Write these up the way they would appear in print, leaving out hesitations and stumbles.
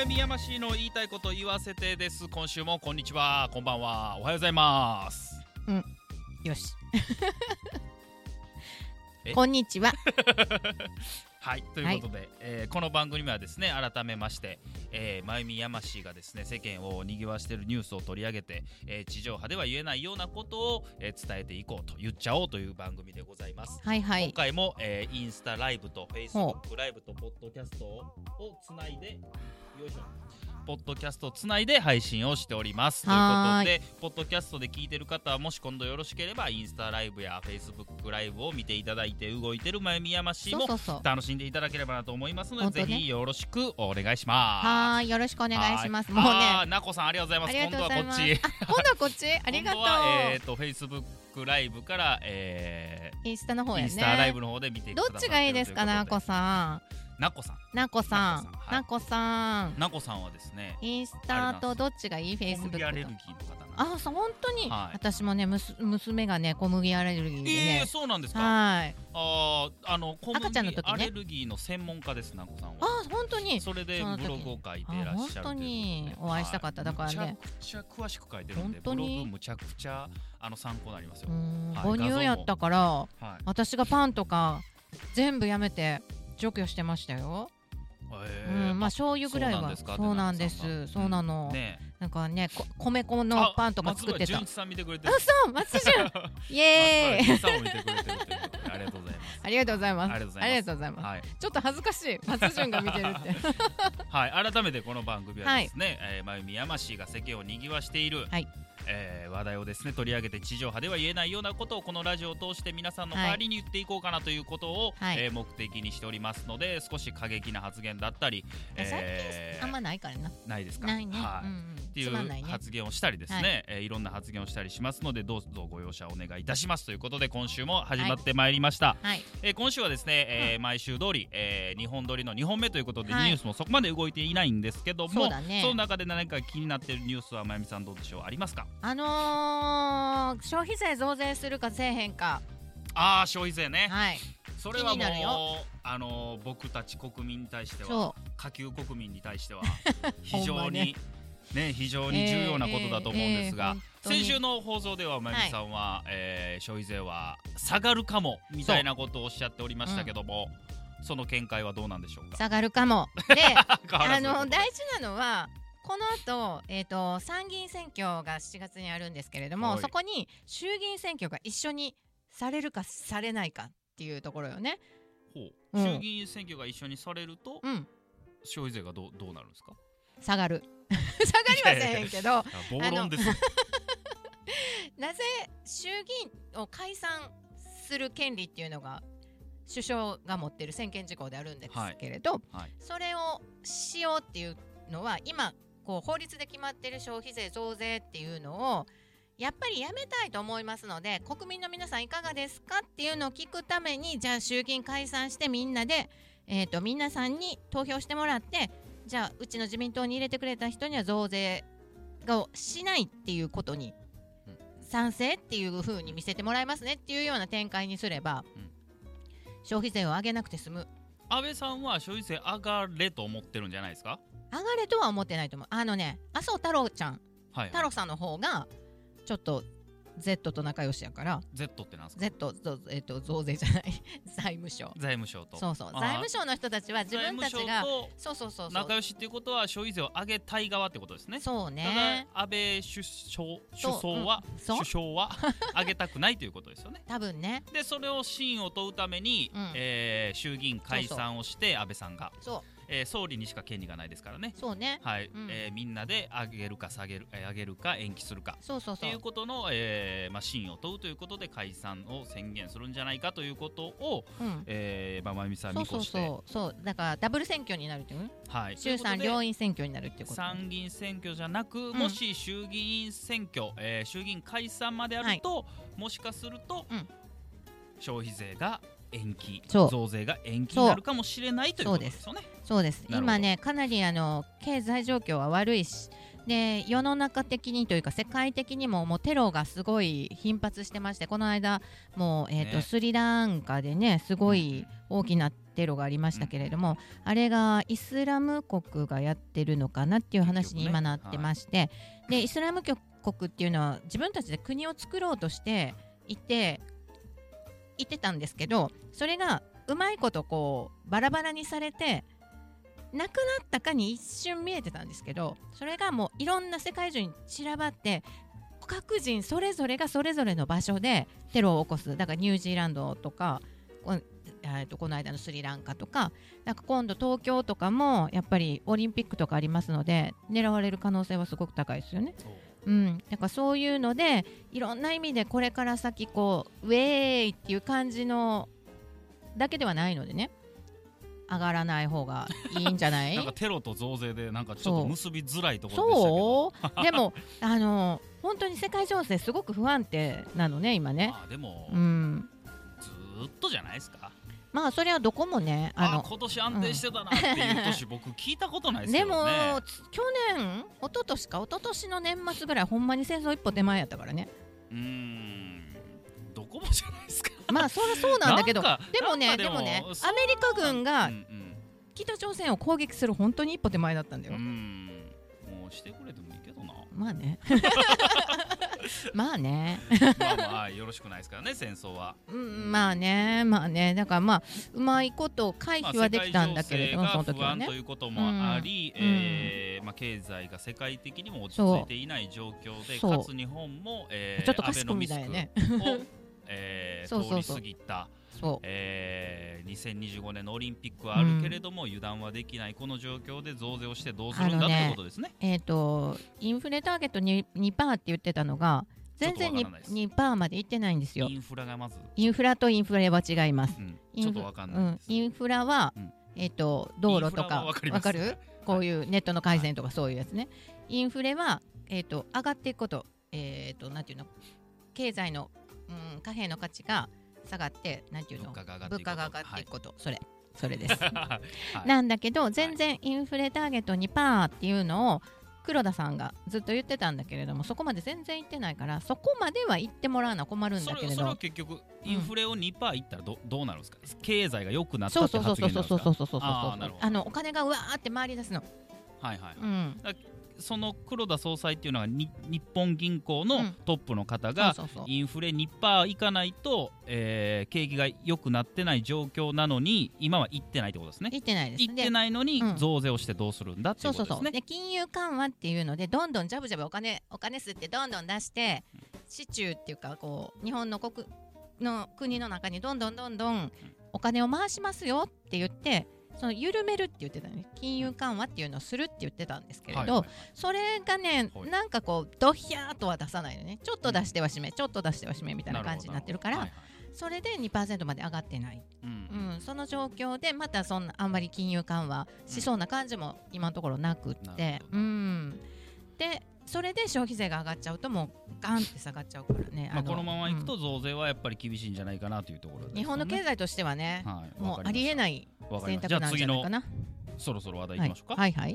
見山氏の言いたいこと言わせてです。今週もこんにちは、こんばんは、おはようございます。 よしこんにちははい、ということで、この番組はですね、改めまして、まゆみやましがですね、世間を賑わしているニュースを取り上げて、地上波では言えないようなことを、伝えていこうと言っちゃおうという番組でございます。 はいはい。 今回も、インスタライブとフェイスブックライブとポッドキャストをつないで、よいしょ、ポッドキャストをつないで配信をしております。ということで、ポッドキャストで聞いてる方はもし今度よろしければインスタライブやフェイスブックライブを見ていただいて、動いてるまゆみやましも楽しんでいただければなと思いますので、ぜひよろしくお願いします。 はい、よろしくお願いします。もうね、 なこさんありがとうございます。今度はこっち。 今度はこっち。ありがとう。 今度はフェイスブックライブから、 インスタの方やね。 インスタライブの方で見てくださってどっちがいいですか、なこさん。 なこさんはですね、 インスタとどっちがいい？フェイスブックと。 小麦アレルギーの方なんです。 あ、そう、本当に、 はい、 私もね、娘がね、小麦アレルギーでね。 そうなんですか。 はい。 小麦アレルギーの専門家です、なこさんは。 あ、本当に。 それでブログを書いていらっしゃるということで。 本当にお会いしたかった。だからね、 むちゃくちゃ詳しく書いてるんで、ブログむちゃくちゃ参考になりますよ。 母乳やったから、私がパンとか全部やめて除去してましたよ。まあ醤油ぐらいは。そうなんです。そうなの。なんかね、米粉のパンとか作ってた。松純一さん見てくれてる。 あ、そう、松潤。イエーイ。 さんを見てくれてるということで、ありがとうございます。 ありがとうございます。ありがとうございます。ちょっと恥ずかしい。松潤が見てるって。 はい、改めてこの番組はですね、まゆみやましが世間を賑わしている。話題をですね取り上げて、地上波では言えないようなことをこのラジオを通して皆さんの代わりに言っていこうかなということを、目的にしておりますので、少し過激な発言だったり、 最近あんまないからな。 ないですか。 ないね。 っていう発言をしたりですね、いろんな発言をしたりしますので、どうぞご容赦お願いいたしますということで、今週も始まってまいりました。今週はですね、毎週通り、2本撮りの2本目ということで、ニュースもそこまで動いていないんですけども、その中で何か気になっているニュースはまゆみさんどうでしょう、ありますか？ 消費税増税するかせえへんか。 消費税ね。それはもう僕たち国民に対しては、下級国民に対しては非常に非常に重要なことだと思うんですが、先週の放送ではまゆみさんは、消費税は下がるかもみたいなことをおっしゃっておりましたけども、その見解はどうなんでしょうか？ 下がるかもで大事なのは、この後、参議院選挙が7月にあるんですけれども、そこに衆議院選挙が一緒にされるかされないかっていうところよね。 衆議院選挙が一緒にされると、消費税がどうなるんですか？ 下がる下がりませんけど暴論ですなぜ衆議院を解散する権利っていうのが首相が持っている専権事項であるんですけれど、それをしようっていうのは、今こう法律で決まっている消費税増税っていうのをやっぱりやめたいと思いますので、国民の皆さんいかがですかっていうのを聞くために、じゃあ衆議院解散してみんなで、皆さんに投票してもらって、じゃあうちの自民党に入れてくれた人には増税をしないっていうことに賛成っていう風に見せてもらいますねっていうような展開にすれば、消費税を上げなくて済む。 安倍さんは消費税上がれと思ってるんじゃないですか？ 上がれとは思ってないと思う。麻生太郎ちゃん、太郎さんの方がちょっと Z と仲良しやから。 Z ってなんですか？ Z、増税じゃない財務省と。そう財務省の人たちは自分たちがそう仲良しっていうことは、消費税を上げたい側ってことですね。 そうね。 ただ安倍首相は上げたくないということですよね。 多分ね。 でそれを真を問うために、衆議院解散をして、安倍さんが総理にしか権利がないですからね。 そうね。 みんなで上げるか上げるか延期するかっていうことの、真を問うということで解散を宣言するんじゃないかということを、まゆみさん見越して、 そうだからダブル選挙になるっていう、衆参両院選挙になるっていうこと。 参議院選挙じゃなく、もし衆議院選挙、衆議院解散まであると、もしかすると、消費税が延期、増税が延期になるかもしれないということですよね。 そうです。今ね、かなり経済状況は悪いし、で世の中的にというか世界的にも、もうテロがすごい頻発してまして、この間もう、スリランカでね、すごい大きなテロがありましたけれども、あれがイスラム国がやってるのかなっていう話に今なってまして、でイスラム国っていうのは自分たちで国を作ろうとしていてたんですけど、それがうまいことこうバラバラにされてなくなったかに一瞬見えてたんですけど、それがもういろんな世界中に散らばって各人それぞれがそれぞれの場所でテロを起こす。だからニュージーランドとかこの間のスリランカとか、なんか今度東京とかもやっぱりオリンピックとかありますので狙われる可能性はすごく高いですよね。だからそういうのでいろんな意味でこれから先こうウェーイっていう感じのだけではないのでね、上がらない方がいいんじゃないなんかテロと増税でなんかちょっと結びづらいところでしたけど、 そうでも本当に世界情勢すごく不安定なのね今ね。 でも、ずっとじゃないですか。 まあそれはどこもね今年安定してたなっていう年、僕聞いたことないですけどね。 でも去年一昨年の年末ぐらいほんまに戦争一歩手前やったからね。 どこもじゃないですか。 まあそりゃそうなんだけど、でもねアメリカ軍が北朝鮮を攻撃する本当に一歩手前だったんだよ。 もうしてくれてもいいけどな。 まあねまあねまあよろしくないですからね戦争は。 まあねだからまあうまいこと回避はできたんだけれども、その時はね不安ということもあり、経済が世界的にも落ち着いていない状況で、かつ日本もちょっと賢みだよね通り過ぎた2025年のオリンピックはあるけれども、油断はできないこの状況で増税をしてどうするんだということですね。 インフレターゲット 2% って言ってたのが全然 2% までいってないんですよ。 インフラがまずインフラとインフレは違います。 ちょっとわかんないです。 インフラは、道路とかわかる？こういうネットの回線とかそういうやつね。インフレは、上がっていくこと、なんていうの、経済の、貨幣の価値が下がってなんていうの、物価が上がっていくこと、それです、なんだけど全然インフレターゲット 2% っていうのを黒田さんがずっと言ってたんだけれども、そこまで全然言ってないから、そこまでは言ってもらうのは困るんだけれど、 それは結局インフレを 2% いったらどうなるんですか。経済が良くなったって発言なんですか。 お金がうわーって回り出すの。その黒田総裁っていうのは日本銀行のトップの方がインフレ 2% いかないと、景気が良くなってない状況なのに今は行ってないってことですね。 行ってないです。 行ってないのに増税をしてどうするんだっていうことですね。 で金融緩和っていうのでどんどんジャブジャブお金吸ってどんどん出して、市中っていうかこう日本の国の中にどんどんお金を回しますよって言って、その緩めるって言ってたね。金融緩和っていうのをするって言ってたんですけれど、それがね、なんかこうドヒャーとは出さないのね。ちょっと出しては締め、ちょっと出しては締めみたいな感じになってるから、それで 2% まで上がってない、その状況でまたそんなあんまり金融緩和しそうな感じも今のところなくって、でそれで消費税が上がっちゃうともうガンって下がっちゃうからね。 このままいくと増税はやっぱぱり厳しいんじゃないかなというところです、ね、 日本の経済としてはね、もうありえない選択なんじゃないかな。 そろそろ話題いきましょうか。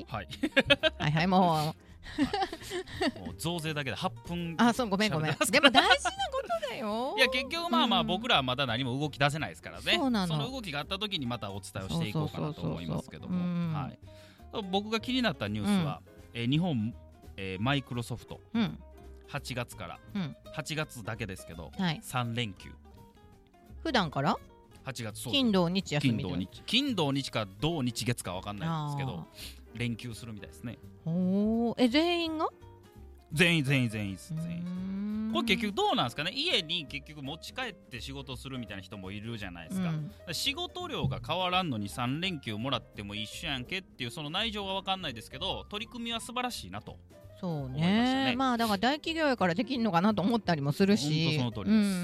もう増税だけで8分。 そうごめんでも大事なことだよ。 いや結局僕らはまだ何も動き出せないですからね。その動きがあった時にまたお伝えをしていこうかなと思いますけども、僕が気になったニュースは、日本、マイクロソフト、8月から、8月だけですけど、3連休。 普段から 8月金土日休みで、 金土日か土日月か分かんないんですけど連休するみたいですね。 全員が全員これ結局どうなんですかね。家に結局持ち帰って仕事するみたいな人もいるじゃないですか、仕事量が変わらんのに3連休もらっても一緒やんけっていうその内情は分かんないですけど、取り組みは素晴らしいなと。 そうね、だから大企業やからできるのかなと思ったりもするし、 本当その通りです、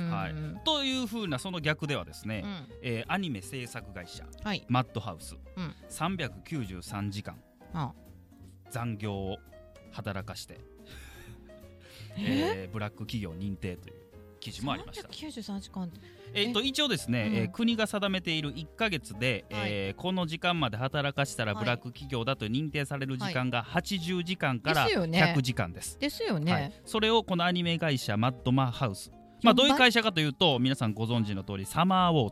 というふうなその逆ではですね、アニメ制作会社、マッドハウス、393時間、残業を働かしてブラック企業認定という記事もありました。 393時間一応ですね、国が定めている1ヶ月で、この時間まで働かしたらブラック企業だと認定される時間が80時間から100時間です。 ですよね。 それをこのアニメ会社マッドマハウス、どういう会社かというと皆さんご存知の通りサマーウォーズ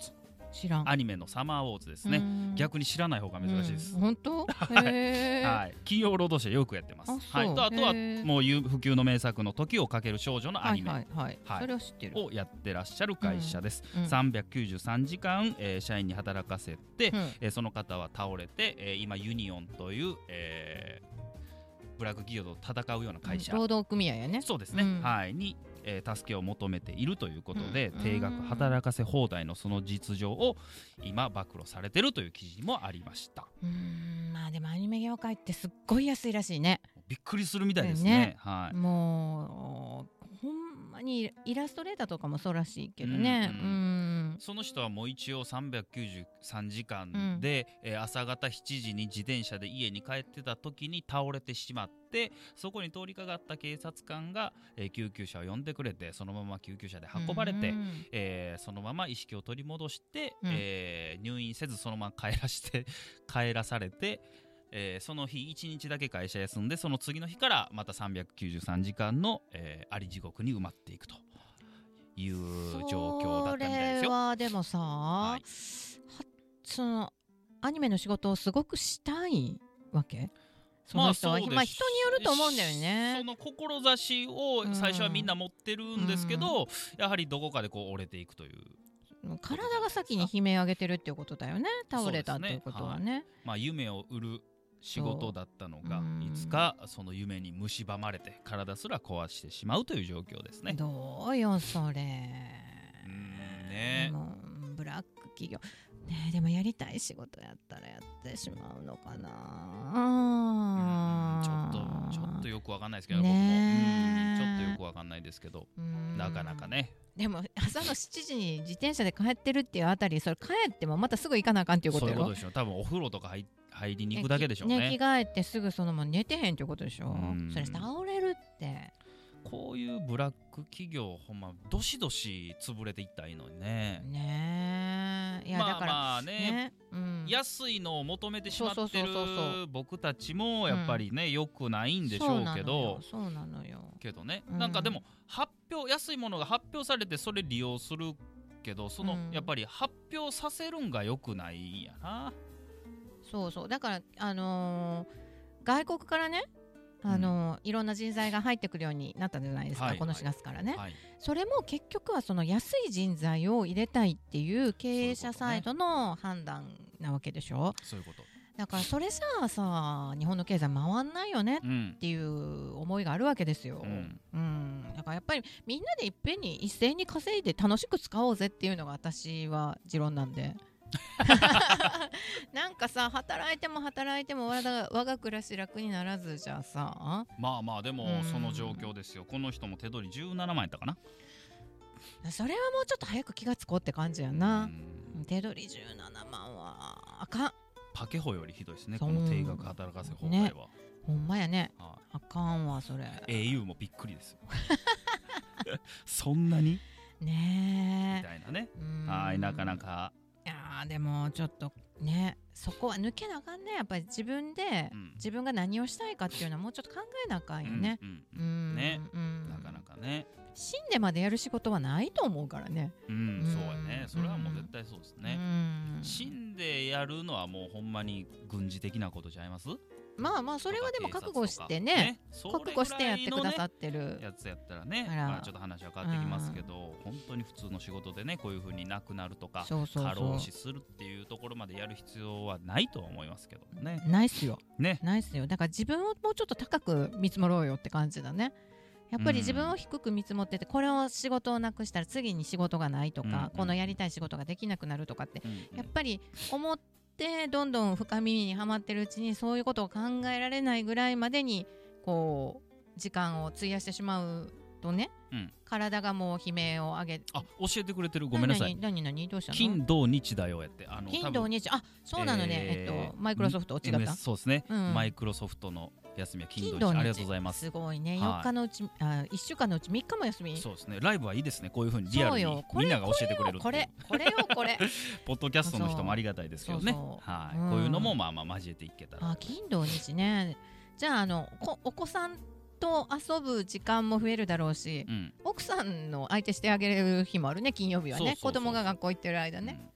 知らん。 アニメのサマーウォーズですね。逆に知らない方が珍しいです。 本当？ はい、金曜ロードショーよくやってます。はい、あとはもう不朽の名作の時をかける少女のアニメ、 それを知ってる。 をやってらっしゃる会社です。393時間、社員に働かせて、その方は倒れて、今ユニオンという、ブラック企業と戦うような会社、 労働組合やね。 そうですね、はいに助けを求めているということで、定額働かせ放題のその実情を今暴露されてるという記事もありました。 まあでもアニメ業界ってすっごい安いらしいね。 びっくりするみたいですね。はい、 もうほんまにイラストレーターとかもそうらしいけどね。 その人はもう一応393時間で、朝方7時に自転車で家に帰ってた時に倒れてしまって、そこに通りかかった警察官が、救急車を呼んでくれて、そのまま救急車で運ばれて、そのまま意識を取り戻して、入院せずそのまま帰らされて、その日1日だけ会社休んで、その次の日からまた393時間の、あり地獄に埋まっていくという状況だったみたいですよ。 それはでもさ、そのアニメの仕事をすごくしたいわけ？その人は、人によると思うんだよね。 その志を最初はみんな持ってるんですけど、やはりどこかでこう折れていくという。 体が先に悲鳴を上げてるっていうことだよね。倒れたっていうことはね。 夢を売る仕事だったのが、いつかその夢に蝕まれて体すら壊してしまうという状況ですね。 どうよそれ。 ね、 ブラック企業ね。でもやりたい仕事やったらやってしまうのかな。 ちょっとよくわかんないですけど、僕もちょっとよくわかんないですけど、なかなかね。 でも朝の7時に自転車で帰ってるっていうあたり、それ帰ってもまたすぐ行かなあかんっていうことやろ。 そういうことでしょ。多分お風呂とか入りに行くだけでしょうね。 着替えてすぐそのまま寝てへんっていうことでしょ。それ倒れるって。 こういうブラック企業ほんまどしどし潰れていったらいいのにね。 いやだからね、安いのを求めてしまってる僕たちもやっぱりね、良くないんでしょうけど、 そうなのよ。 けどね、なんかでも安いものが発表されてそれ利用するけど、そのやっぱり発表させるんが良くないんやな。 そうだから外国からね、いろんな人材が入ってくるようになったんじゃないですか、この4月からね、それも結局はその安い人材を入れたいっていう経営者サイドの判断なわけでしょ。 そういうことだからそれじゃあさ、日本の経済回んないよねっていう思いがあるわけですよ。だからやっぱりみんなでいっぺんに一斉に稼いで楽しく使おうぜっていうのが私は持論なんでなんかさ、働いても我が暮らし楽にならずじゃあさ、 でもその状況ですよ。この人も手取り17万やったかな。 それはもうちょっと早く気がつこうって感じやな。手取り17万はあかん。 パケホよりひどいですね、この定額働かせ放題は。 ほんまやね、あかんわそれ。 au もびっくりですよそんなにねみたいなね。なかなか。 いやでもちょっとね、そこは抜けなあかんね。やっぱり自分で、自分が何をしたいかっていうのはもうちょっと考えなあかんよね。 なかなかね。 死んでまでやる仕事はないと思うからね。 そうやね。それはもう絶対そうですね。死んでやるのはもうほんまに軍事的なことちゃいます？ それはでも覚悟してね、覚悟してやってくださってるやつやったらね、ちょっと話は変わってきますけど、本当に普通の仕事でね、こういう風になくなるとか過労死するっていうところまでやる必要はないとは思いますけどね。 ないっすよね。ないっすよ。だから自分をもうちょっと高く見積もろうよって感じだね。やっぱり自分を低く見積もってて、これを仕事をなくしたら次に仕事がないとか、このやりたい仕事ができなくなるとかって、やっぱり思ってどんどん深耳にはまってるうちに、そういうことを考えられないぐらいまでにこう時間を費やしてしまうとね、体がもう悲鳴を上げ、 教えてくれてる。ごめんなさい。 何どうしたの？ 金土日だよやって。 金土日、そうなのね。マイクロソフト違った。 そうですね。マイクロソフトの休みは金土日。ありがとうございます。 すごいね。4日のうち1週間のうち3日も休み。 そうですね。ライブはいいですね。こういう風にリアルにみんなが教えてくれる。 これポッドキャストの人もありがたいですけどね。こういうのも交えていけたら。 金土日ね。じゃあお子さんと遊ぶ時間も増えるだろうし、奥さんの相手してあげる日もあるね、金曜日はね。子供が学校行ってる間ね。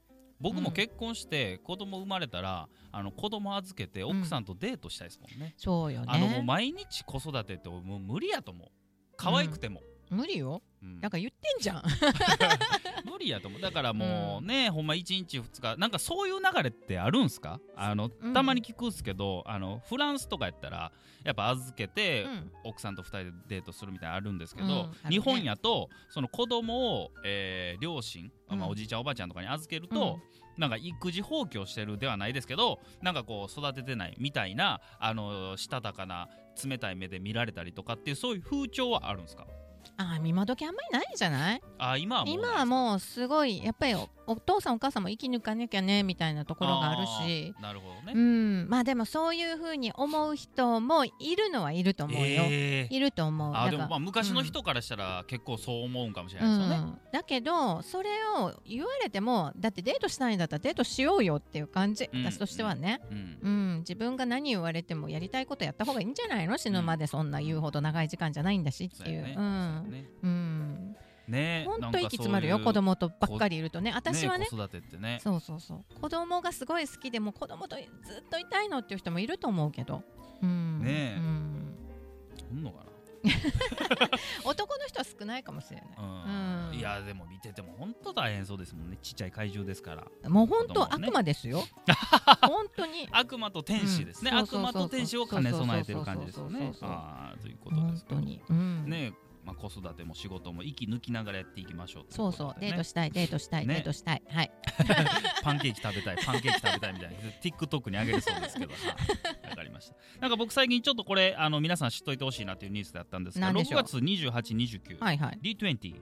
僕も結婚して子供生まれたら、子供預けて奥さんとデートしたいですもんね。 そうよね。 もう毎日子育てってもう無理やと思う。可愛くても、 無理よ、だから言ってんじゃん無理やと思う。だからもうね、ほんま1日2日なんかそういう流れってあるんすか？たまに聞くんすけど、フランスとかやったらやっぱ預けて、奥さんと2人でデートするみたいなのあるんですけど、日本やとその子供を、両親、おじいちゃんおばあちゃんとかに預けると、なんか育児放棄をしてるではないですけど、なんかこう育ててないみたいなしたたかな冷たい目で見られたりとかっていう、そういう風潮はあるんですか？ 今時あんまりないんじゃない？今はもうすごいやっぱりお父さんお母さんも生き抜かなきゃねみたいなところがあるし。 なるほどね。 まあでもそういう風に思う人もいるのはいると思うよ、いると思う。 でもまあ昔の人からしたら結構そう思うんかもしれないですよね、 だけどそれを言われても、だってデートしたいんだったらデートしようよっていう感じ、私としてはね。自分が何言われてもやりたいことやった方がいいんじゃないの？死ぬまでそんな言うほど長い時間じゃないんだしっていう。ほんと息詰まるよ、子供とばっかりいるとね。私はね、 子育てってね、 そう子供がすごい好きでも子供とずっといたいのっていう人もいると思うけど、 おんのかな男の人は少ないかもしれない。 いやでも見てても本当大変そうですもんね。ちっちゃい怪獣ですから。 もう本当悪魔ですよ本当に悪魔と天使ですね。悪魔と天使を兼ね備えてる感じですよね。ということですけどね。子育ても仕事も息抜きながらやっていきましょう。 デートしたいデートしたいデートしたい、はいパンケーキ食べたいパンケーキ食べたいみたいなTikTok にあげるそうですけど、わかりました。なんか僕最近ちょっとこれ皆さん知っといてほしいなっていうニュースだったんですが、6月28、29、D20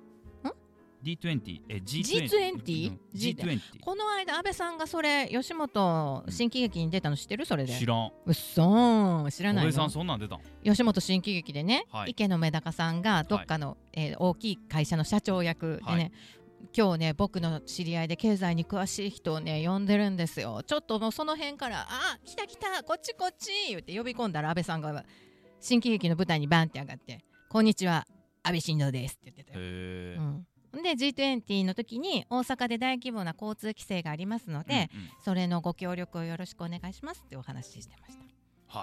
G20 この間安倍さんがそれ吉本新喜劇に出たの知ってる？それで知らん。 うっそー、知らないの？ 安倍さんそんなん出たん？ 吉本新喜劇でね、池野メダカさんがどっかの、大きい会社の社長役でね、今日ね僕の知り合いで経済に詳しい人をね呼んでるんですよ。ちょっともうその辺から来た来たこっちこっち言って呼び込んだら、安倍さんが新喜劇の舞台にバンって上がって、こんにちは安倍晋三ですって言ってたよ。で G20 の時に大阪で大規模な交通規制がありますので、それのご協力をよろしくお願いしますってお話ししてました。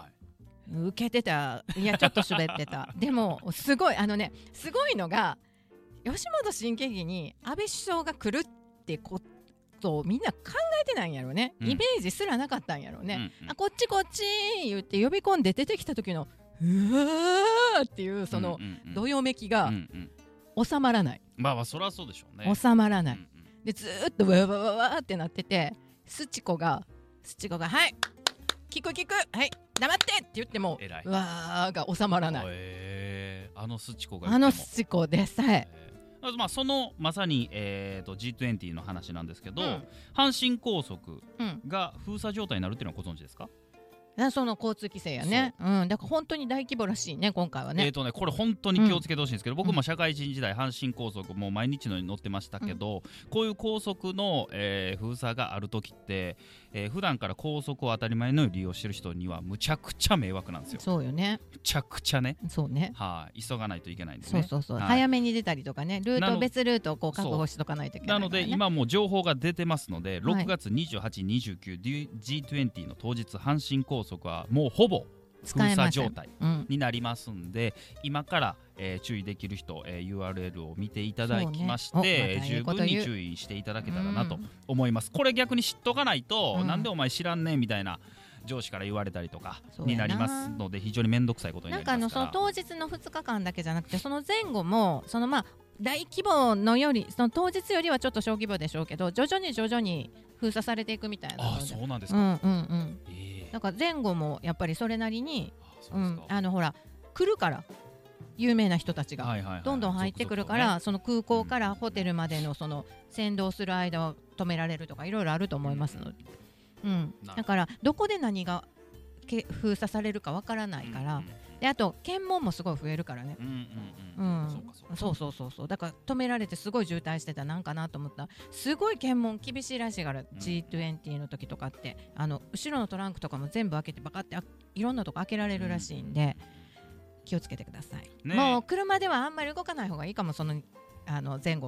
受けてた。いやちょっと滑ってたでもすごいすごいのが、吉本新喜劇に安倍首相が来るってことをみんな考えてないんやろうね、イメージすらなかったんやろうね、こっちこっち言って呼び込んで出てきた時のうわーっていうそのどよめきが収まらない。 そりゃそうでしょうね。 収まらない、でずーっとわわわわってなってて、スチコがはい聞くはい黙ってって言ってもうわーが収まらない。 スチコがスチコでさえそのまさに、G20 の話なんですけど、阪神高速が封鎖状態になるっていうのはご存知ですか？ その交通規制やね。だから本当に大規模らしいね今回はね。 これ本当に気をつけてほしいんですけど、僕も社会人時代阪神高速もう毎日のように乗ってましたけど、こういう高速の、封鎖がある時って、普段から高速を当たり前のように利用してる人にはむちゃくちゃ迷惑なんですよ。 そうよね。 むちゃくちゃね。 そうね。 急がないといけないんですね。 早めに出たりとかね、別ルートをこう確保しとかないといけないからね。 なので今もう情報が出てますので、6月28、29 G20 の当日阪神高速はもうほぼ封鎖状態になりますんで、今から、注意できる人、URL を見ていただきまして、十分に注意していただけたらなと思います。これ逆に知っとかないと、なんでお前知らんねんみたいな上司から言われたりとかになりますので、非常に面倒くさいことになりますから。 その当日の2日間だけじゃなくて、その前後も大規模のよりその当日よりはちょっと小規模でしょうけど、徐々に封鎖されていくみたいなので。 そうなんですか。 だから前後もやっぱりそれなりにほら来るから、有名な人たちがどんどん入ってくるから、その空港からホテルまでのその先導する間を止められるとかいろいろあると思いますので、だからどこで何が封鎖されるかわからないから、であと検問もすごい増えるからね。そうだから止められてすごい渋滞してたなんかなと思ったら、すごい検問厳しいらしいから、G20 の時とかって後ろのトランクとかも全部開けてバカっていろんなとこ開けられるらしいんで、気をつけてください。もう車ではあんまり動かない方がいいかも、その前後は。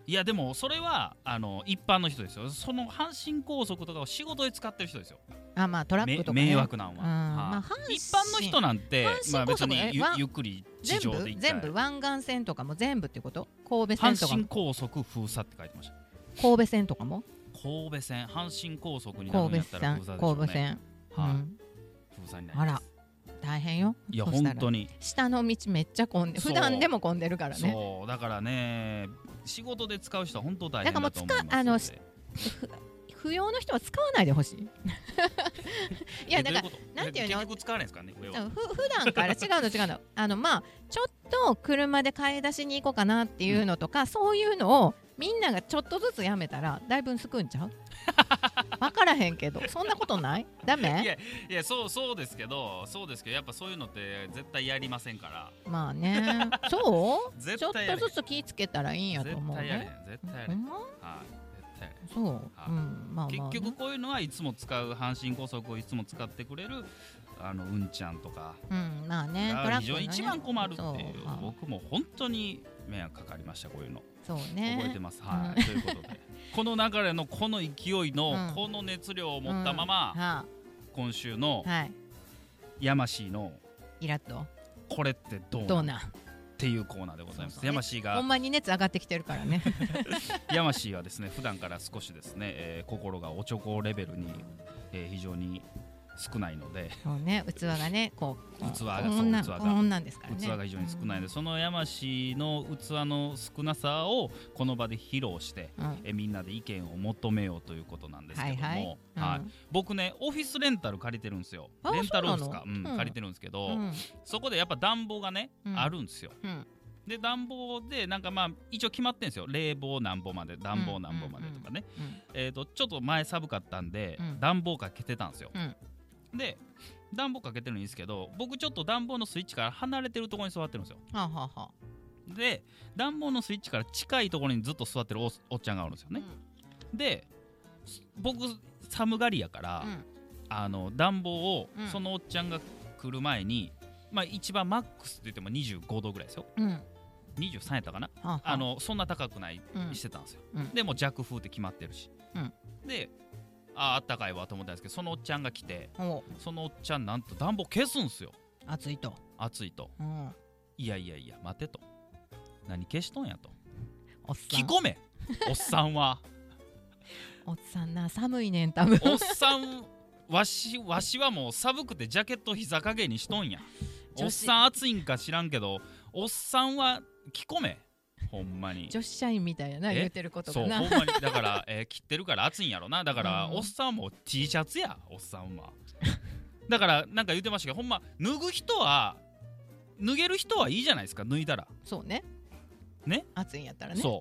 いやでもそれは一般の人ですよ。その阪神高速とかを仕事で使ってる人ですよ。 まあトラックとかね迷惑なんは、 まあ、 一般の人なんて、まあ、別にゆっくり地上で行った全部湾岸線とかも全部ってこと？神戸線とかも阪神高速封鎖って書いてました。 神戸線とかも神戸線、阪神高速になるんやったら封鎖でしょうね。 神戸線、 封鎖になります。 あら大変よ。 いや本当に下の道めっちゃ混んで、普段でも混んでるからね。 そうだからね、仕事で使う人は本当大変だと思います。だからもう不要の人は使わないでほしい。いやだからなんていうの、 結局使わないですからね。 普段から違うのまあちょっと車で買い出しに行こうかなっていうのとか、そういうのをみんながちょっとずつやめたらだいぶ救うんちゃう？分からへんけど、そんなことない？ダメ？ いやそうですけどやっぱそういうのって絶対やりませんから。 まあね。そう絶ちょっ対やれとずつ気ぃつけたらいいんやと思うね。 絶対やれ。 ほんま？ はい絶対やれ。 そう、まあ、 結局こういうのはいつも使う阪神高速をいつも使ってくれるうんちゃんとか、 まあね、 非常に一番困るっていう、僕も本当に迷惑かかりました。こういうのそうね、 覚えてます。はい、ということでこの流れのこの勢いの、この熱量を持ったまま、今週のヤマシーのイラッとこれってどうなんっていうコーナーでございます。ヤマシーがほんまに熱上がってきてるからね。 ヤマシーはですね、普段から少しですね、心がおちょこレベルに、非常に少ないので、 そうね、器がね、器が非常に少ないので、そのヤマシーの器の少なさをこの場で披露して、みんなで意見を求めようということなんですけども、僕ねオフィスレンタル借りてるんですよ。レンタルオフィスか、借りてるんですけど、そこでやっぱ暖房がね、あるんですよ。で暖房でなんかまあ一応決まってんですよ。冷房何歩まで、暖房何歩までとかね。ちょっと前寒かったんで、暖房かけてたんですよ。で暖房かけてるんですけど、僕ちょっと暖房のスイッチから離れてるところに座ってるんですよ。で暖房のスイッチから近いところにずっと座ってる おっちゃんがおるんですよね。で僕寒がりやから、暖房を、そのおっちゃんが来る前に、まあ一番マックスって言っても25度ぐらいですよ。23やったかな、そんな高くないしてたんですよ。でも弱風って決まってるし、であったかいわと思ったんですけど、そのおっちゃんが来て、そのおっちゃんなんと暖房消すんすよ。暑いと、いや待てと、何消しとんやと、着込めおっさんは。 おっさんな、寒いねん多分。 おっさんわしはもう寒くてジャケット膝掛けにしとんや。おっさん暑いんか知らんけど、おっさんは着込め、ほんまに。 女子社員みたいやな、言ってることがな。 そうほんまにだから、着てるから暑いんやろな。だから、おっさんはもう T シャツや、おっさんは。だからなんか言ってましたけど、ほんま脱げる人はいいじゃないですか、脱いだら。 そうね、暑いんやったらね。 そう、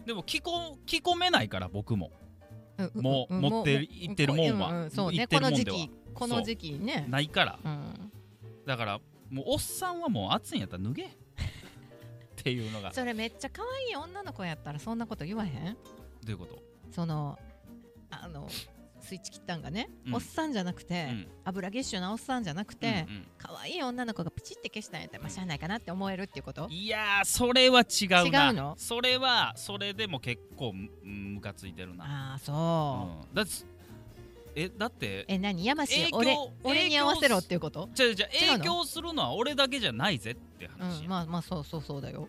でも着込めないから、僕ももう持っていってるもんは、 そうね、この時期ねないから、だからもうおっさんはもう暑いんやったら脱げっていうのが。 それめっちゃ可愛い女の子やったらそんなこと言わへん？ どういうこと？ そのスイッチ切ったんがね、おっさんじゃなくて、油ぎっしゅなおっさんじゃなくて、可愛い女の子がプチって消したんやったら、まあしゃあないかなって思えるっていうこと？いやー、それは違うな。 違うの？ それでも結構ムカついてるな。 あー、そう。 だって何山氏俺に合わせろっていうこと？ じゃ影響するのは俺だけじゃないぜって話。 まあそうだよ。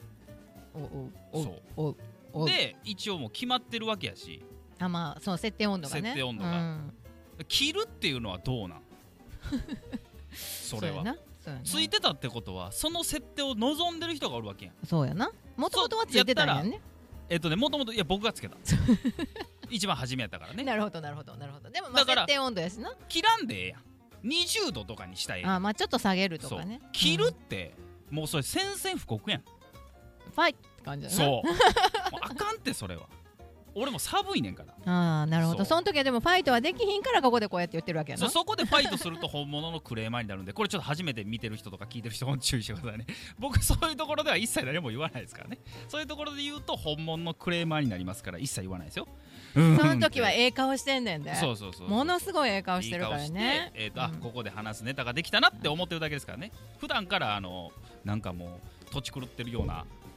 で一応もう決まってるわけやし、 まあその設定温度がね、 切るっていうのはどうなん？それはついてたってことは、その設定を望んでる人がおるわけやん。 そうやな。もともとはついてたんやんね。 もともと僕がつけた一番初めやったからね。 なるほど。でもまあ設定温度やしな。 切らんでええやん。20度とかにしたいやん。 まあちょっと下げるとかね。 切るってもうそれ宣戦布告やん。 ファイって感じだね。 そうあかんって、それは。俺も寒いねんから。 なるほど。その時はでもファイトはできひんから、ここでこうやって言ってるわけやな。 そこでファイトすると本物のクレーマーになるんで、これちょっと初めて見てる人とか聞いてる人も注意してくださいね。僕そういうところでは一切誰も言わないですからね。そういうところで言うと本物のクレーマーになりますから、一切言わないですよ。 その時はええ顔してんねんで。 そうものすごいええ顔してるからね。 ここで話すネタができたなって思ってるだけですからね。普段からなんかもう土地狂ってるような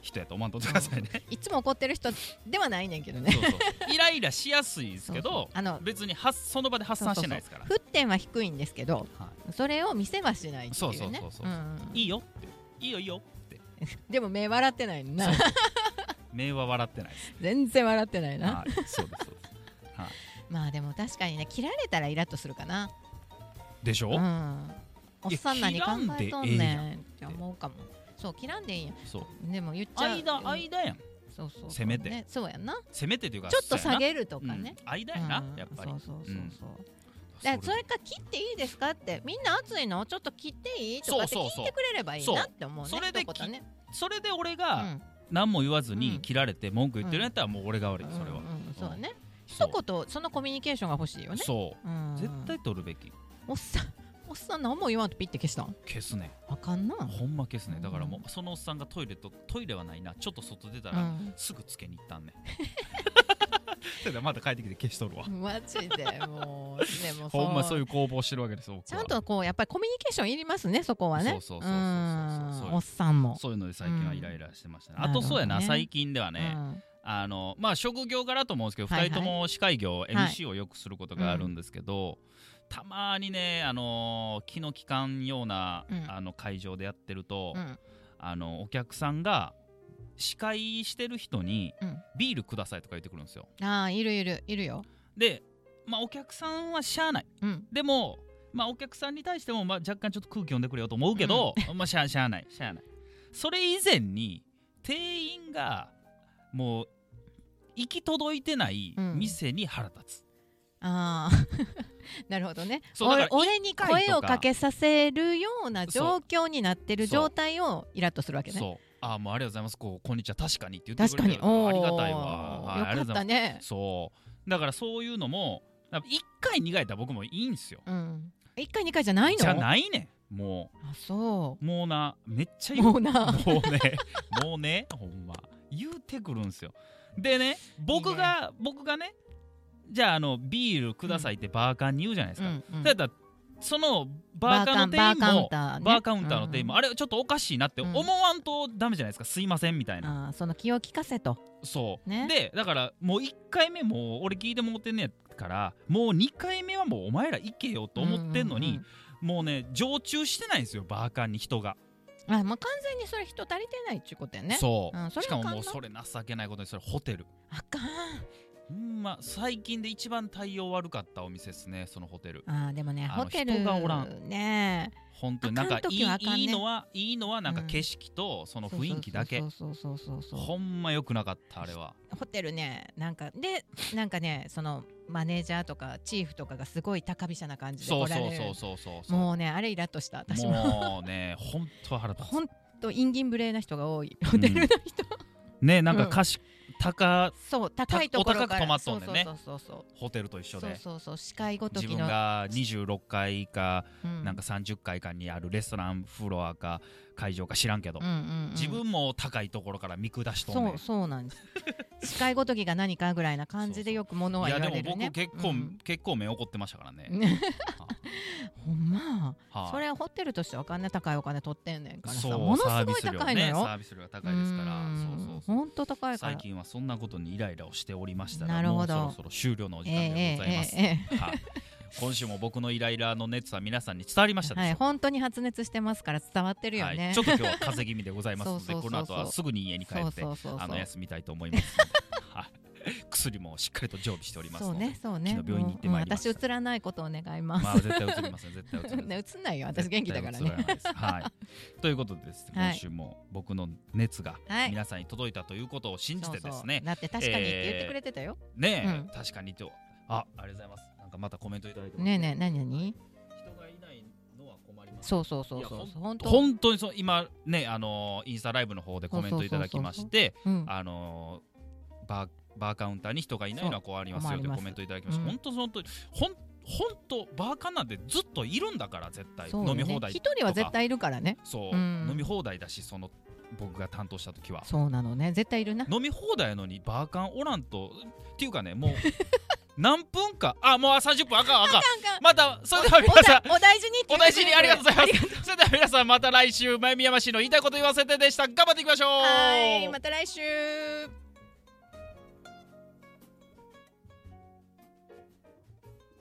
人やと思わんとってくださいね、 いつも怒ってる人ではないねんけどね。 そうそうイライラしやすいですけど、別にその場で発散してないですから。 沸点は低いんですけど、それを見せはしないっていうね。 いいよっていいよいいよってでも目笑ってないな。 目は笑ってないです。 全然笑ってないな。 そうですそうです。 まあでも確かにね、切られたらイラッとするかな。 でしょ。 おっさん何考えとんねんって思うかも。そう切らんでいいやん。でも言っちゃう。 間やん。そうせめて。 そうやんな。 せめてというかちょっと下げるとかね。 間やなやっぱり。 そう。それか切っていいですかってみんな熱いのちょっと切っていいとかって聞いてくれればいいなって思うね。 それで俺が何も言わずに切られて文句言ってるんやったらもう俺が悪いそれは。 そうね。一言そのコミュニケーションが欲しいよね。 そう絶対取るべき。 おっさん何も言わんとピッて消したん。 消すね。 あかんな。 ほんま消すね。だからもうそのおっさんがトイレはないなちょっと外出たらすぐつけに行ったんね。それでまた帰ってきて消しとるわ。 マジでもうほんまそういう攻防してるわけですよ。 ちゃんとこうやっぱりコミュニケーションいりますねそこはね。 そうおっさんもそういうので最近はイライラしてましたね。あとそうやな最近ではねまあ職業柄と思うんですけど2人とも司会業 MC をよくすることがあるんですけど、たまにね気の利かんような会場でやってるとお客さんが司会してる人にビールくださいとか言ってくるんですよ。 いるよ。でまあお客さんはしゃあない、でもまあお客さんに対してもまあ若干ちょっと空気読んでくれよと思うけど、まあしゃあない。それ以前に店員がもう行き届いてない店に腹立つ。 なるほどね。俺に声をかけさせるような状況になってる状態をイラッとするわけね。 もうありがとうございます。こんにちは確かにって言ってくれてありがたいわ。 よかったね。 そうだからそういうのも1回2回やったら僕もいいんですよ。 1回2回じゃないの？ じゃないねん。もうもうなめっちゃ言う。もうねほんま言うてくるんですよ。でね僕がねじゃあビールくださいってバーカンに言うじゃないですか。だったらそのバーカンの店員もバーカウンターの店員もあれちょっとおかしいなって思わんとダメじゃないですか。すいませんみたいな。 その気を利かせと。 そうでだからもう1回目も俺聞いてもらってんねやからもう2回目はもうお前ら行けよと思ってんのにもうね常駐してないんですよバーカンに人が。 完全にそれ人足りてないっていうことやね。 そうしかももうそれ情けないことにそれホテルあかん。 最近で一番対応悪かったお店ですねそのホテル。 でもねホテル人がおらんね本当になんかいいのはなんか景色とその雰囲気だけ。ほんま良くなかったあれは。 ホテルねなんかねそのマネージャーとかチーフとかがすごい高飛車な感じで来られる。そうもうねあれイラッとした私もうね本当は腹立つ。 本当インギン無礼な人が多いホテルの人ねなんか高いところから泊まっとんでねホテルと一緒で視界ごときの自分が26階かなんか30階かにあるレストランフロアか会場か知らんけど自分も高いところから見下しとんねん。 そうなんです視界ごときが何かぐらいな感じでよく物は言われるね。 いやでも僕結構目怒ってましたからね。 ほんまそれはホテルとしては高いお金取ってんねんからさものすごい高いのよ。 サービス料が高いですからほんと高いから最近はそんなことにイライラをしておりましたらなるほどもうそろそろ終了のお時間でございます。今週も僕のイライラの熱は皆さんに伝わりましたでしょうか。 本当に発熱してますから伝わってるよね。 ちょっと今日は風邪気味でございますのでこの後はすぐに家に帰って休みたいと思います薬もしっかりと常備しておりますので昨日病院に行ってまいりました。 私うつらないことをお願いします。 絶対うつりません絶対うつりません。 うつんないよ私元気だからね。 ということでですね今週も僕の熱が皆さんに届いたということを信じてですね。 だって確かにって言ってくれてたよ。 ね確かにとありがとうございます。なんかまたコメントいただいてますね。何人がいないのは困ります。 そう本当にそう今ねインスタライブの方でコメントいただきましてバーカウンターに人がいないのは困りますよというコメントいただきました。本当バーカンなんてずっといるんだから絶対飲み放題一人は絶対いるからね。 飲み放題だし僕が担当した時はそうなのね絶対いるな。 飲み放題やのにバーカンおらんとっていうかねもう何分か、もう30分あかん。またそれでは皆さんお大事にってお大事に、ありがとうございます。それでは皆さんまた来週、まゆみやましの言いたいこと言わせてでした。頑張っていきましょう。 はい、また来週。